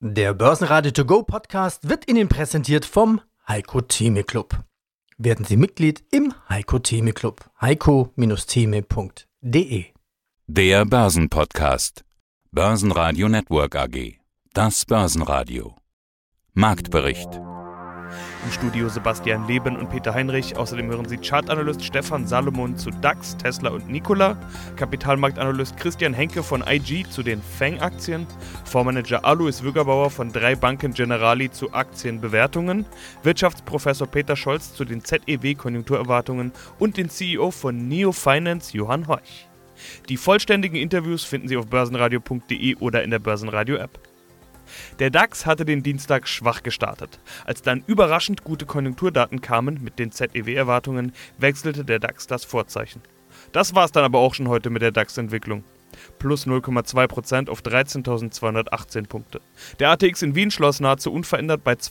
Der Börsenradio To Go Podcast wird Ihnen präsentiert vom Heiko Theme Club. Werden Sie Mitglied im Heiko Theme Club. heiko-theme.de. Der Börsenpodcast. Börsenradio Network AG. Das Börsenradio. Marktbericht. Im Studio Sebastian Leben und Peter Heinrich. Außerdem hören Sie Chartanalyst Stefan Salomon zu DAX, Tesla und Nikola, Kapitalmarktanalyst Christian Henke von IG zu den FANG-Aktien, Fondsmanager Alois Wüggerbauer von 3 Banken Generali zu Aktienbewertungen, Wirtschaftsprofessor Peter Scholz zu den ZEW-Konjunkturerwartungen und den CEO von Neo Finance Johann Horch. Die vollständigen Interviews finden Sie auf börsenradio.de oder in der Börsenradio-App. Der DAX hatte den Dienstag schwach gestartet. Als dann überraschend gute Konjunkturdaten kamen mit den ZEW-Erwartungen, wechselte der DAX das Vorzeichen. Das war es dann aber auch schon heute mit der DAX-Entwicklung. Plus 0,2% auf 13.218 Punkte. Der ATX in Wien schloss nahezu unverändert bei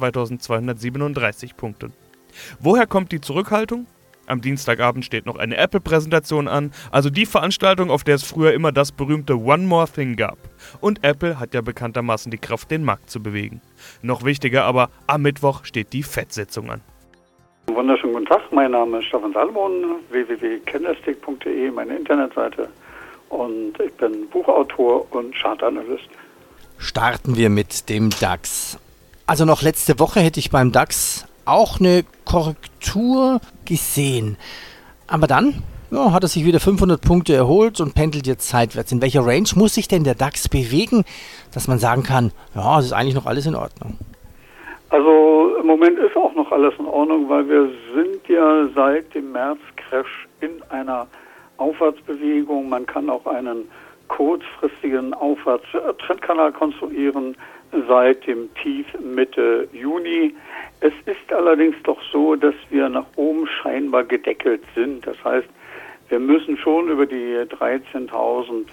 2.237 Punkten. Woher kommt die Zurückhaltung? Am Dienstagabend steht noch eine Apple-Präsentation an, also die Veranstaltung, auf der es früher immer das berühmte One More Thing gab. Und Apple hat ja bekanntermaßen die Kraft, den Markt zu bewegen. Noch wichtiger aber, am Mittwoch steht die FED-Sitzung an. Wunderschönen guten Tag, mein Name ist Stefan Salomon, www.candlestick.de, meine Internetseite. Und ich bin Buchautor und Chartanalyst. Starten wir mit dem DAX. Also noch letzte Woche hätte ich beim DAX auch eine Korrektur gesehen. Aber dann hat er sich wieder 500 Punkte erholt und pendelt jetzt seitwärts. In welcher Range muss sich denn der DAX bewegen, dass man sagen kann, ja, es ist eigentlich noch alles in Ordnung? Also im Moment ist auch noch alles in Ordnung, weil wir sind ja seit dem März-Crash in einer Aufwärtsbewegung. Man kann auch einen kurzfristigen Aufwärtstrendkanal konstruieren seit dem Tief Mitte Juni. Es ist allerdings doch so, dass wir nach oben scheinbar gedeckelt sind. Das heißt, wir müssen schon über die 13.400,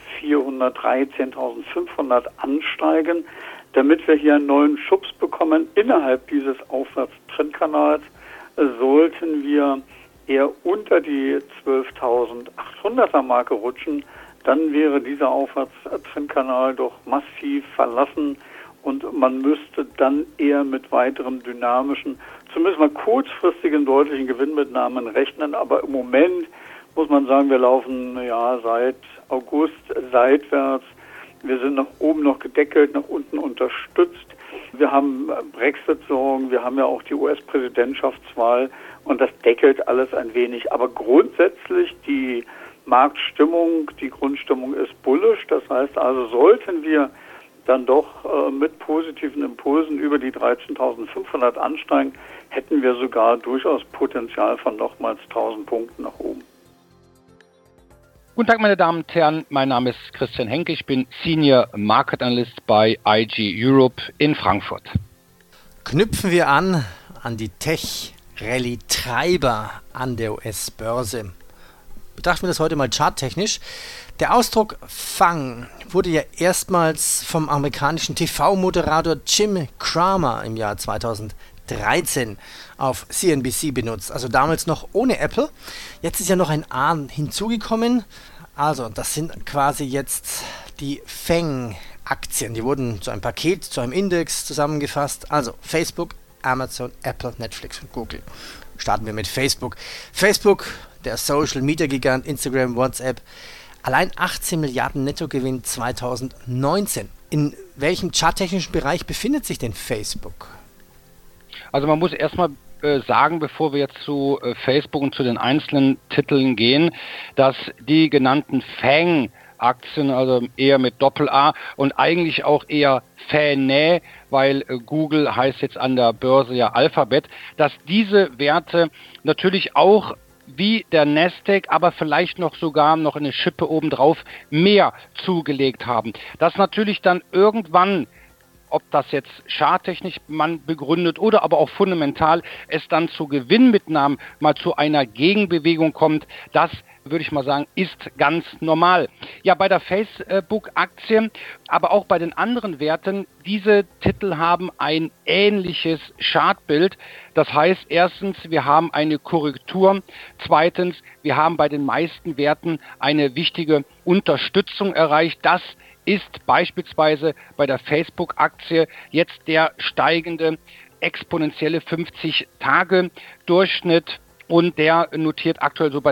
13.500 ansteigen, damit wir hier einen neuen Schubs bekommen. Innerhalb dieses Aufwärtstrendkanals sollten wir eher unter die 12.800er Marke rutschen. Dann wäre dieser Aufwärtstrendkanal doch massiv verlassen. Und man müsste dann eher mit weiteren dynamischen, zumindest mal kurzfristigen deutlichen Gewinnmitnahmen rechnen. Aber im Moment muss man sagen, wir laufen seit August seitwärts. Wir sind nach oben noch gedeckelt, nach unten unterstützt. Wir haben Brexit-Sorgen, wir haben ja auch die US-Präsidentschaftswahl und das deckelt alles ein wenig. Aber grundsätzlich die Marktstimmung, die Grundstimmung ist bullish. Das heißt also, sollten wir dann doch mit positiven Impulsen über die 13.500 ansteigen, hätten wir sogar durchaus Potenzial von nochmals 1.000 Punkten nach oben. Guten Tag, meine Damen und Herren. Mein Name ist Christian Henke. Ich bin Senior Market Analyst bei IG Europe in Frankfurt. Knüpfen wir an die Tech-Rallye-Treiber an der US-Börse. Betrachten wir das heute mal charttechnisch. Der Ausdruck FANG wurde ja erstmals vom amerikanischen TV-Moderator Jim Cramer im Jahr 2013 auf CNBC benutzt. Also damals noch ohne Apple. Jetzt ist ja noch ein A hinzugekommen. Also das sind quasi jetzt die FANG-Aktien. Die wurden zu einem Paket, zu einem Index zusammengefasst. Also Facebook, Amazon, Apple, Netflix und Google. Starten wir mit Facebook. Facebook, der Social-Media-Gigant, Instagram, WhatsApp. Allein 18 Milliarden Nettogewinn 2019. In welchem charttechnischen Bereich befindet sich denn Facebook? Also man muss erstmal sagen, bevor wir jetzt zu Facebook und zu den einzelnen Titeln gehen, dass die genannten FANG-Aktien, also eher mit Doppel-A und eigentlich auch eher FANG, weil Google heißt jetzt an der Börse ja Alphabet, dass diese Werte natürlich auch wie der Nasdaq, aber vielleicht sogar noch eine Schippe obendrauf mehr zugelegt haben. Das natürlich dann irgendwann, ob das jetzt charttechnisch man begründet oder aber auch fundamental, es dann zu Gewinnmitnahmen mal zu einer Gegenbewegung kommt, das würde ich mal sagen, ist ganz normal. Ja, bei der Facebook-Aktie, aber auch bei den anderen Werten, diese Titel haben ein ähnliches Chartbild. Das heißt, erstens, wir haben eine Korrektur. Zweitens, wir haben bei den meisten Werten eine wichtige Unterstützung erreicht. Das ist beispielsweise bei der Facebook-Aktie jetzt der steigende exponentielle 50-Tage-Durchschnitt und der notiert aktuell so bei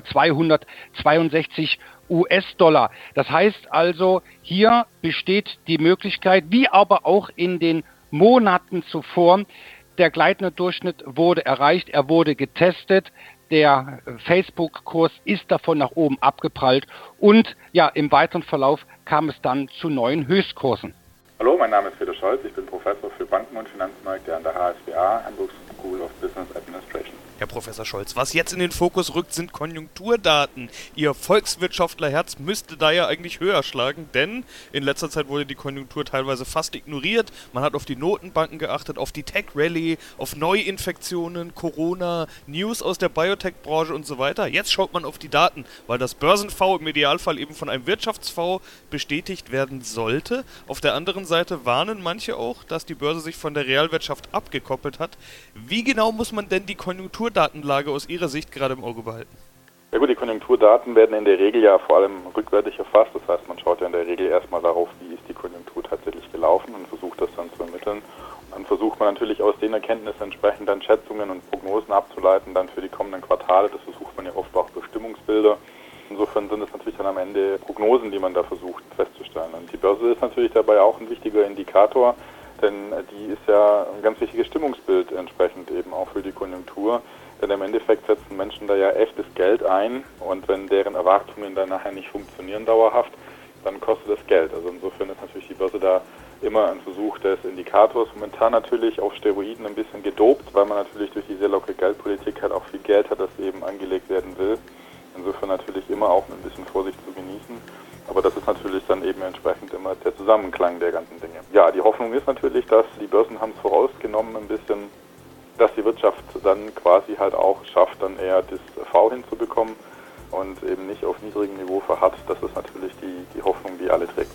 262 US-Dollar. Das heißt also, hier besteht die Möglichkeit, wie aber auch in den Monaten zuvor, der gleitende Durchschnitt wurde erreicht, er wurde getestet, der Facebook-Kurs ist davon nach oben abgeprallt und ja, im weiteren Verlauf kam es dann zu neuen Höchstkursen. Hallo, mein Name ist Peter Scholz, ich bin Professor für Banken- und Finanzmärkte an der HSBA, Hamburg School of Business Administration. Herr Professor Scholz, was jetzt in den Fokus rückt, sind Konjunkturdaten. Ihr Volkswirtschaftlerherz müsste da ja eigentlich höher schlagen, denn in letzter Zeit wurde die Konjunktur teilweise fast ignoriert. Man hat auf die Notenbanken geachtet, auf die Tech-Rallye, auf Neuinfektionen, Corona, News aus der Biotech-Branche und so weiter. Jetzt schaut man auf die Daten, weil das Börsen-V im Idealfall eben von einem Wirtschafts-V bestätigt werden sollte. Auf der anderen Seite warnen manche auch, dass die Börse sich von der Realwirtschaft abgekoppelt hat. Wie genau muss man denn die Konjunkturdatenlage aus Ihrer Sicht gerade im Auge behalten? Ja gut, die Konjunkturdaten werden in der Regel ja vor allem rückwärtig erfasst. Das heißt, man schaut ja in der Regel erstmal darauf, wie ist die Konjunktur tatsächlich gelaufen und versucht das dann zu ermitteln. Und dann versucht man natürlich aus den Erkenntnissen entsprechend dann Schätzungen und Prognosen abzuleiten, dann für die kommenden Quartale. Das versucht man ja oft auch durch Stimmungsbilder. Insofern sind es natürlich dann am Ende Prognosen, die man da versucht festzustellen. Und die Börse ist natürlich dabei auch ein wichtiger Indikator, denn die ist ja ein ganz wichtiges Stimmungsbild entsprechend eben auch für die Konjunktur. Denn im Endeffekt setzen Menschen da ja echtes Geld ein und wenn deren Erwartungen dann nachher nicht funktionieren dauerhaft, dann kostet das Geld. Also insofern ist natürlich die Börse da immer ein Versuch des Indikators. Momentan natürlich auf Steroiden ein bisschen gedopt, weil man natürlich durch die sehr lockere Geldpolitik halt auch viel Geld hat, das eben angelegt werden will. Insofern natürlich immer auch mit ein bisschen Vorsicht zu genießen. Aber das ist natürlich dann eben entsprechend immer der Zusammenklang der ganzen Dinge. Ja, die Hoffnung ist natürlich, dass die Börsen haben es vorausgenommen ein bisschen, dass die Wirtschaft dann quasi halt auch schafft, dann eher das V hinzubekommen und eben nicht auf niedrigem Niveau verharrt. Das ist natürlich die Hoffnung, die alle trägt.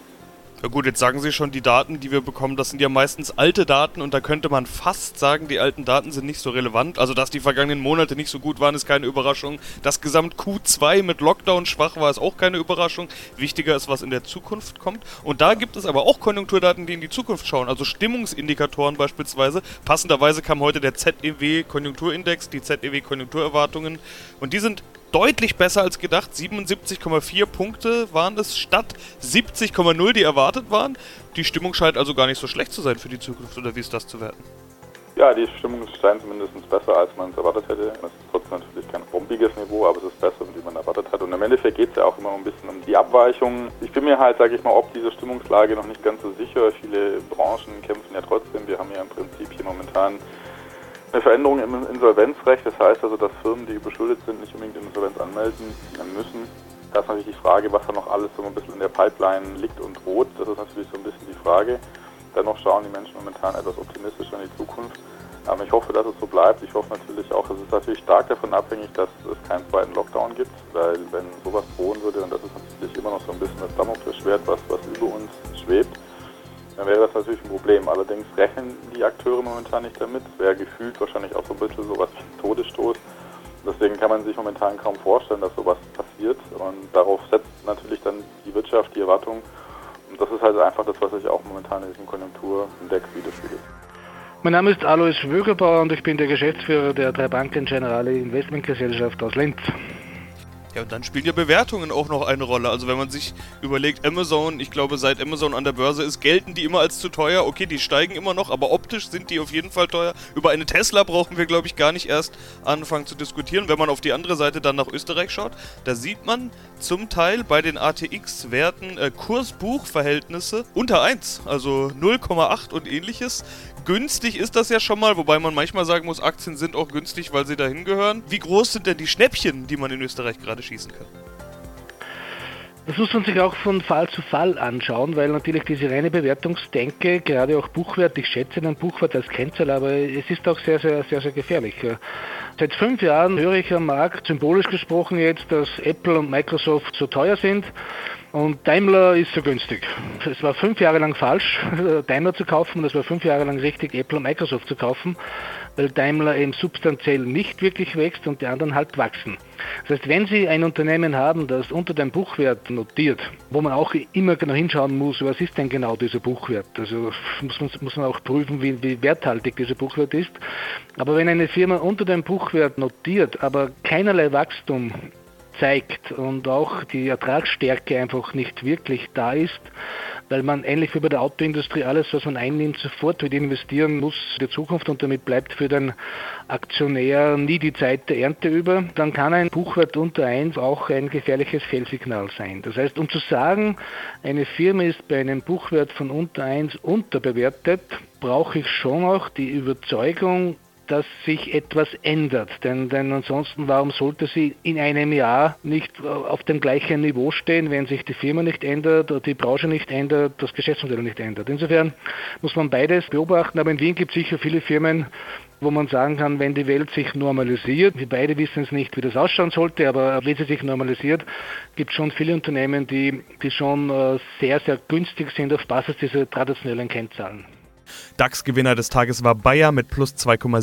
Ja gut, jetzt sagen Sie schon, die Daten, die wir bekommen, das sind ja meistens alte Daten und da könnte man fast sagen, die alten Daten sind nicht so relevant. Also, dass die vergangenen Monate nicht so gut waren, ist keine Überraschung. Das Gesamt Q2 mit Lockdown schwach war, ist auch keine Überraschung. Wichtiger ist, was in der Zukunft kommt. Und da gibt es aber auch Konjunkturdaten, die in die Zukunft schauen. Also Stimmungsindikatoren beispielsweise. Passenderweise kam heute der ZEW-Konjunkturindex, die ZEW-Konjunkturerwartungen und die sind deutlich besser als gedacht. 77,4 Punkte waren es statt 70,0, die erwartet waren. Die Stimmung scheint also gar nicht so schlecht zu sein für die Zukunft, oder wie ist das zu werten? Ja, die Stimmung scheint zumindest besser, als man es erwartet hätte. Es ist trotzdem natürlich kein bombiges Niveau, aber es ist besser, wie man erwartet hat. Und im Endeffekt geht es ja auch immer ein bisschen um die Abweichungen. Ich bin mir halt, sage ich mal, ob diese Stimmungslage noch nicht ganz so sicher. Viele Branchen kämpfen ja trotzdem. Wir haben ja im Prinzip hier momentan eine Veränderung im Insolvenzrecht, das heißt also, dass Firmen, die überschuldet sind, nicht unbedingt Insolvenz anmelden müssen. Da ist natürlich die Frage, was da noch alles so ein bisschen in der Pipeline liegt und droht. Das ist natürlich so ein bisschen die Frage. Dennoch schauen die Menschen momentan etwas optimistischer in die Zukunft. Aber ich hoffe, dass es so bleibt. Ich hoffe natürlich auch, es ist natürlich stark davon abhängig, dass es keinen zweiten Lockdown gibt. Weil wenn sowas drohen würde, und das ist natürlich immer noch so ein bisschen das Damoklesschwert, was über uns schwebt, dann wäre das natürlich ein Problem. Allerdings rechnen die Akteure momentan nicht damit. Es wäre gefühlt wahrscheinlich auch so ein bisschen sowas wie ein Todesstoß. Deswegen kann man sich momentan kaum vorstellen, dass sowas passiert. Und darauf setzt natürlich dann die Wirtschaft, die Erwartung. Und das ist halt einfach das, was sich auch momentan in diesem Konjunkturindex widerspiegelt. Mein Name ist Alois Wögerbauer und ich bin der Geschäftsführer der Drei Banken Generale Investmentgesellschaft aus Linz. Ja, und dann spielen ja Bewertungen auch noch eine Rolle. Also wenn man sich überlegt, Amazon, ich glaube, seit Amazon an der Börse ist, gelten die immer als zu teuer. Okay, die steigen immer noch, aber optisch sind die auf jeden Fall teuer. Über eine Tesla brauchen wir, glaube ich, gar nicht erst anfangen zu diskutieren. Wenn man auf die andere Seite dann nach Österreich schaut, da sieht man zum Teil bei den ATX-Werten Kurs-Buch-Verhältnisse unter 1, also 0,8 und ähnliches. Günstig ist das ja schon mal, wobei man manchmal sagen muss, Aktien sind auch günstig, weil sie dahin gehören. Wie groß sind denn die Schnäppchen, die man in Österreich gerade schießen kann? Das muss man sich auch von Fall zu Fall anschauen, weil natürlich diese reine Bewertungsdenke, gerade auch Buchwert, ich schätze den Buchwert als Kennzahl, aber es ist auch sehr, sehr, sehr, sehr gefährlich. Seit 5 Jahren höre ich am Markt, symbolisch gesprochen jetzt, dass Apple und Microsoft so teuer sind. Und Daimler ist so günstig. Es war 5 Jahre lang falsch, Daimler zu kaufen, und es war 5 Jahre lang richtig, Apple und Microsoft zu kaufen, weil Daimler eben substanziell nicht wirklich wächst und die anderen halt wachsen. Das heißt, wenn Sie ein Unternehmen haben, das unter dem Buchwert notiert, wo man auch immer genau hinschauen muss, was ist denn genau dieser Buchwert? Also muss man auch prüfen, wie werthaltig dieser Buchwert ist. Aber wenn eine Firma unter dem Buchwert notiert, aber keinerlei Wachstum zeigt und auch die Ertragsstärke einfach nicht wirklich da ist, weil man ähnlich wie bei der Autoindustrie alles, was man einnimmt, sofort wieder investieren muss in die Zukunft, und damit bleibt für den Aktionär nie die Zeit der Ernte über, dann kann ein Buchwert unter 1 auch ein gefährliches Fehlsignal sein. Das heißt, um zu sagen, eine Firma ist bei einem Buchwert von unter 1 unterbewertet, brauche ich schon auch die Überzeugung, dass sich etwas ändert. Denn ansonsten, warum sollte sie in einem Jahr nicht auf dem gleichen Niveau stehen, wenn sich die Firma nicht ändert oder die Branche nicht ändert, das Geschäftsmodell nicht ändert. Insofern muss man beides beobachten, aber in Wien gibt es sicher viele Firmen, wo man sagen kann, wenn die Welt sich normalisiert, wir beide wissen es nicht, wie das ausschauen sollte, aber wenn sie sich normalisiert, gibt es schon viele Unternehmen, die schon sehr, sehr günstig sind auf Basis dieser traditionellen Kennzahlen. DAX-Gewinner des Tages war Bayer mit plus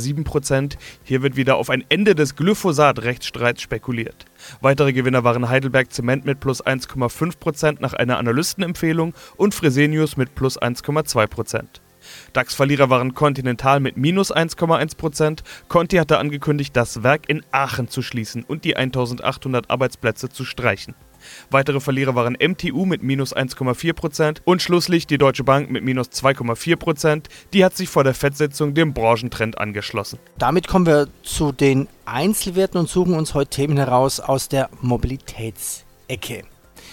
2,7%. Hier wird wieder auf ein Ende des Glyphosat-Rechtsstreits spekuliert. Weitere Gewinner waren Heidelberg Zement mit plus 1,5% nach einer Analystenempfehlung und Fresenius mit plus 1,2%. DAX-Verlierer waren Continental mit minus 1,1%. Conti hatte angekündigt, das Werk in Aachen zu schließen und die 1800 Arbeitsplätze zu streichen. Weitere Verlierer waren MTU mit minus 1,4% und schlusslich die Deutsche Bank mit minus 2,4%. Die hat sich vor der FED-Sitzung dem Branchentrend angeschlossen. Damit kommen wir zu den Einzelwerten und suchen uns heute Themen heraus aus der Mobilitätsecke.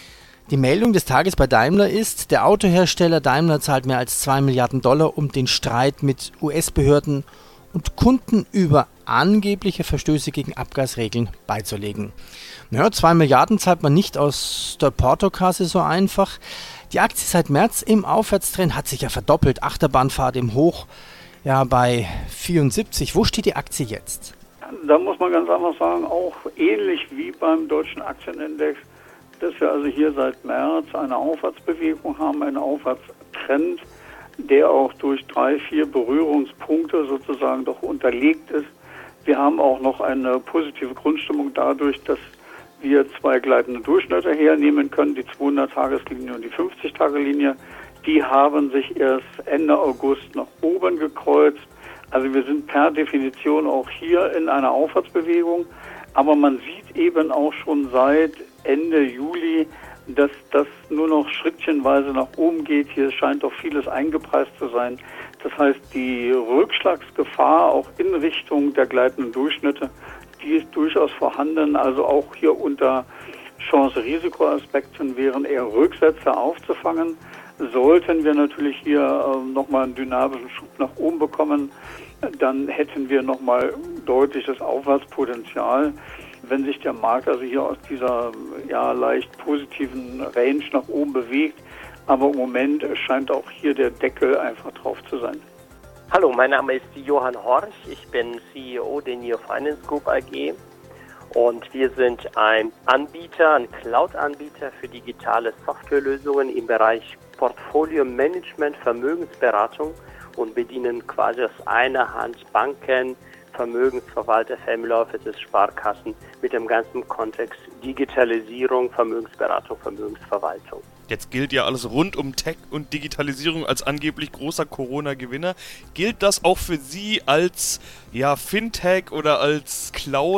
Die Meldung des Tages bei Daimler ist, der Autohersteller Daimler zahlt mehr als $2 Milliarden, um den Streit mit US-Behörden und Kunden über angebliche Verstöße gegen Abgasregeln beizulegen. Naja, 2 Milliarden zahlt man nicht aus der Portokasse so einfach. Die Aktie seit März im Aufwärtstrend hat sich ja verdoppelt. Achterbahnfahrt im Hoch ja bei 74. Wo steht die Aktie jetzt? Da muss man ganz einfach sagen, auch ähnlich wie beim deutschen Aktienindex, dass wir also hier seit März eine Aufwärtsbewegung haben, einen Aufwärtstrend, der auch durch 3-4 Berührungspunkte sozusagen doch unterlegt ist. Wir haben auch noch eine positive Grundstimmung dadurch, dass wir 2 gleitende Durchschnitte hernehmen können, die 200-Tageslinie und die 50-Tage-Linie. Die haben sich erst Ende August nach oben gekreuzt. Also wir sind per Definition auch hier in einer Aufwärtsbewegung. Aber man sieht eben auch schon seit Ende Juli, dass das nur noch schrittchenweise nach oben geht. Hier scheint doch vieles eingepreist zu sein. Das heißt, die Rückschlagsgefahr auch in Richtung der gleitenden Durchschnitte, die ist durchaus vorhanden. Also auch hier unter Chance-Risiko-Aspekten wären eher Rücksätze aufzufangen. Sollten wir natürlich hier nochmal einen dynamischen Schub nach oben bekommen, dann hätten wir nochmal deutliches Aufwärtspotenzial. Wenn sich der Markt also hier aus dieser leicht positiven Range nach oben bewegt. Aber im Moment scheint auch hier der Deckel einfach drauf zu sein. Hallo, mein Name ist Johann Horch. Ich bin CEO der Neo Finance Group AG. Und wir sind ein Anbieter, ein Cloud-Anbieter für digitale Softwarelösungen im Bereich Portfolio-Management, Vermögensberatung und bedienen quasi aus einer Hand Banken, Vermögensverwalter, Family Offices, Sparkassen mit dem ganzen Kontext Digitalisierung, Vermögensberatung, Vermögensverwaltung. Jetzt gilt ja alles rund um Tech und Digitalisierung als angeblich großer Corona-Gewinner. Gilt das auch für Sie als Fintech oder als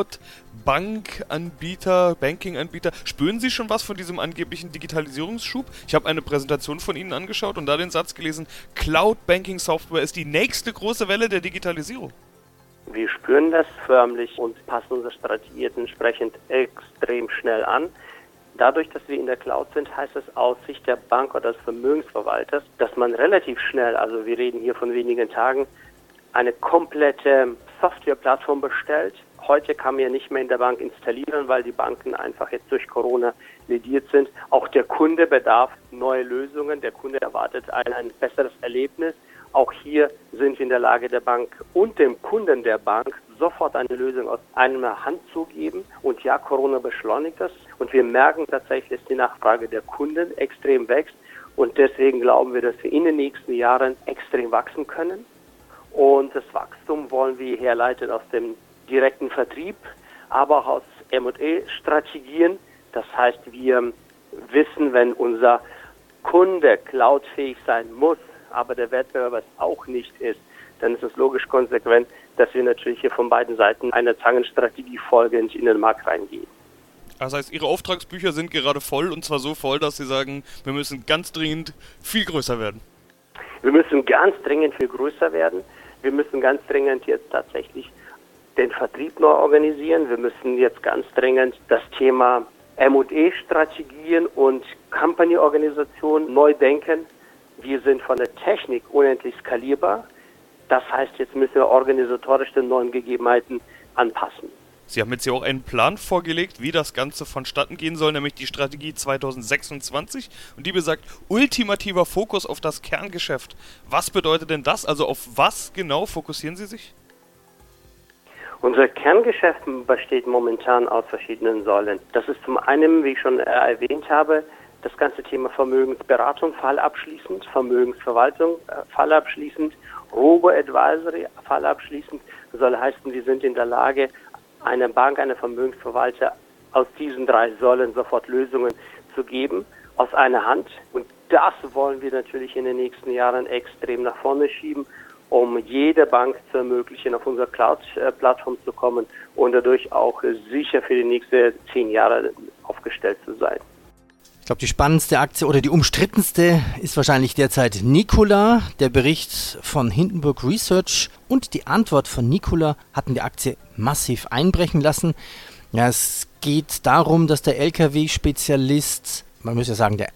Cloud-Bankanbieter, Banking-Anbieter? Spüren Sie schon was von diesem angeblichen Digitalisierungsschub? Ich habe eine Präsentation von Ihnen angeschaut und da den Satz gelesen, Cloud-Banking-Software ist die nächste große Welle der Digitalisierung. Wir spüren das förmlich und passen unsere Strategie entsprechend extrem schnell an. Dadurch, dass wir in der Cloud sind, heißt es aus Sicht der Bank oder des Vermögensverwalters, dass man relativ schnell, also wir reden hier von wenigen Tagen, eine komplette Softwareplattform bestellt. Heute kann man ja nicht mehr in der Bank installieren, weil die Banken einfach jetzt durch Corona lediert sind. Auch der Kunde bedarf neue Lösungen. Der Kunde erwartet ein besseres Erlebnis. Auch hier sind wir in der Lage, der Bank und dem Kunden der Bank sofort eine Lösung aus einer Hand zu geben. Und ja, Corona beschleunigt das. Und wir merken tatsächlich, dass die Nachfrage der Kunden extrem wächst. Und deswegen glauben wir, dass wir in den nächsten Jahren extrem wachsen können. Und das Wachstum wollen wir herleiten aus dem direkten Vertrieb, aber auch aus M&A-Strategien. Das heißt, wir wissen, wenn unser Kunde cloudfähig sein muss, aber der Wettbewerber es auch nicht ist, dann ist es logisch konsequent, dass wir natürlich hier von beiden Seiten einer Zangenstrategie folgend in den Markt reingehen. Das heißt, Ihre Auftragsbücher sind gerade voll, und zwar so voll, dass Sie sagen, wir müssen ganz dringend viel größer werden. Wir müssen ganz dringend viel größer werden. Wir müssen ganz dringend jetzt tatsächlich den Vertrieb neu organisieren. Wir müssen jetzt ganz dringend das Thema M&A-Strategien und Company-Organisation neu denken. Wir sind von der Technik unendlich skalierbar. Das heißt, jetzt müssen wir organisatorisch den neuen Gegebenheiten anpassen. Sie haben jetzt ja auch einen Plan vorgelegt, wie das Ganze vonstatten gehen soll, nämlich die Strategie 2026. Und die besagt, ultimativer Fokus auf das Kerngeschäft. Was bedeutet denn das? Also auf was genau fokussieren Sie sich? Unser Kerngeschäft besteht momentan aus verschiedenen Säulen. Das ist zum einen, wie ich schon erwähnt habe, das ganze Thema Vermögensberatung fallabschließend, Vermögensverwaltung fallabschließend, Robo-Advisory fallabschließend. Das soll heißen, wir sind in der Lage, einer Bank, einer Vermögensverwalter aus diesen 3 Säulen sofort Lösungen zu geben, aus einer Hand. Und das wollen wir natürlich in den nächsten Jahren extrem nach vorne schieben, um jede Bank zu ermöglichen, auf unsere Cloud-Plattform zu kommen und dadurch auch sicher für die nächsten 10 Jahre aufgestellt zu sein. Ich glaube, die spannendste Aktie oder die umstrittenste ist wahrscheinlich derzeit Nikola. Der Bericht von Hindenburg Research und die Antwort von Nikola hatten die Aktie massiv einbrechen lassen. Ja, es geht darum, dass der LKW-Spezialist, man muss ja sagen, der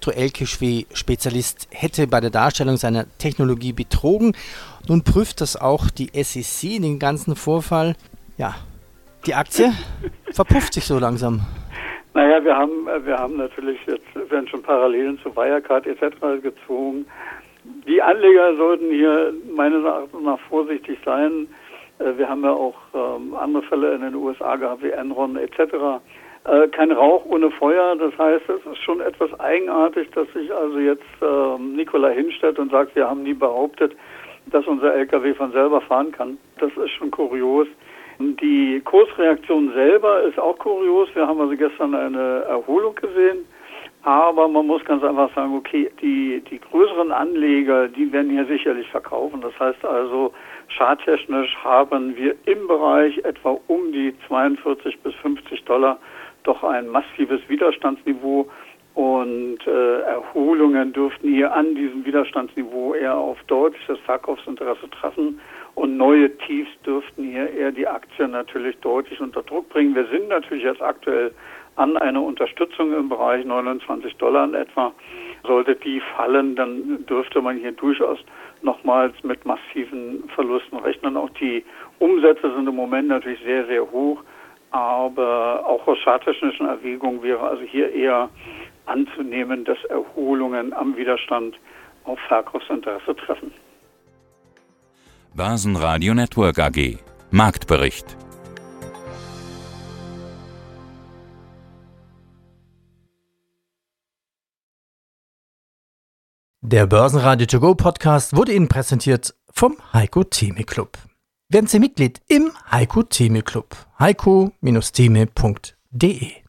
Elektro-LKW-Spezialist hätte bei der Darstellung seiner Technologie betrogen. Nun prüft das auch die SEC, den ganzen Vorfall. Ja, die Aktie verpufft sich so langsam. Naja, wir haben natürlich jetzt, werden schon Parallelen zu Wirecard etc. gezogen. Die Anleger sollten hier meines Erachtens nach vorsichtig sein. Wir haben ja auch andere Fälle in den USA gehabt, wie Enron etc. Kein Rauch ohne Feuer, das heißt, es ist schon etwas eigenartig, dass sich also jetzt Nikola hinstellt und sagt, wir haben nie behauptet, dass unser LKW von selber fahren kann. Das ist schon kurios. Die Kursreaktion selber ist auch kurios. Wir haben also gestern eine Erholung gesehen. Aber man muss ganz einfach sagen, okay, die größeren Anleger, die werden hier sicherlich verkaufen. Das heißt also, charttechnisch haben wir im Bereich etwa um die 42 bis $50 doch ein massives Widerstandsniveau. Und Erholungen dürften hier an diesem Widerstandsniveau eher auf deutliches Verkaufsinteresse treffen. Und neue Tiefs dürften hier eher die Aktien natürlich deutlich unter Druck bringen. Wir sind natürlich jetzt aktuell an einer Unterstützung im Bereich $29 in etwa. Sollte die fallen, dann dürfte man hier durchaus nochmals mit massiven Verlusten rechnen. Auch die Umsätze sind im Moment natürlich sehr, sehr hoch. Aber auch aus charttechnischen Erwägungen wäre also hier eher anzunehmen, dass Erholungen am Widerstand auf Verkaufsinteresse treffen. Börsenradio Network AG. Marktbericht. Der Börsenradio To Go Podcast wurde Ihnen präsentiert vom Heiko Theme Club. Werden Sie Mitglied im Heiko Theme Club. heiko-theme.de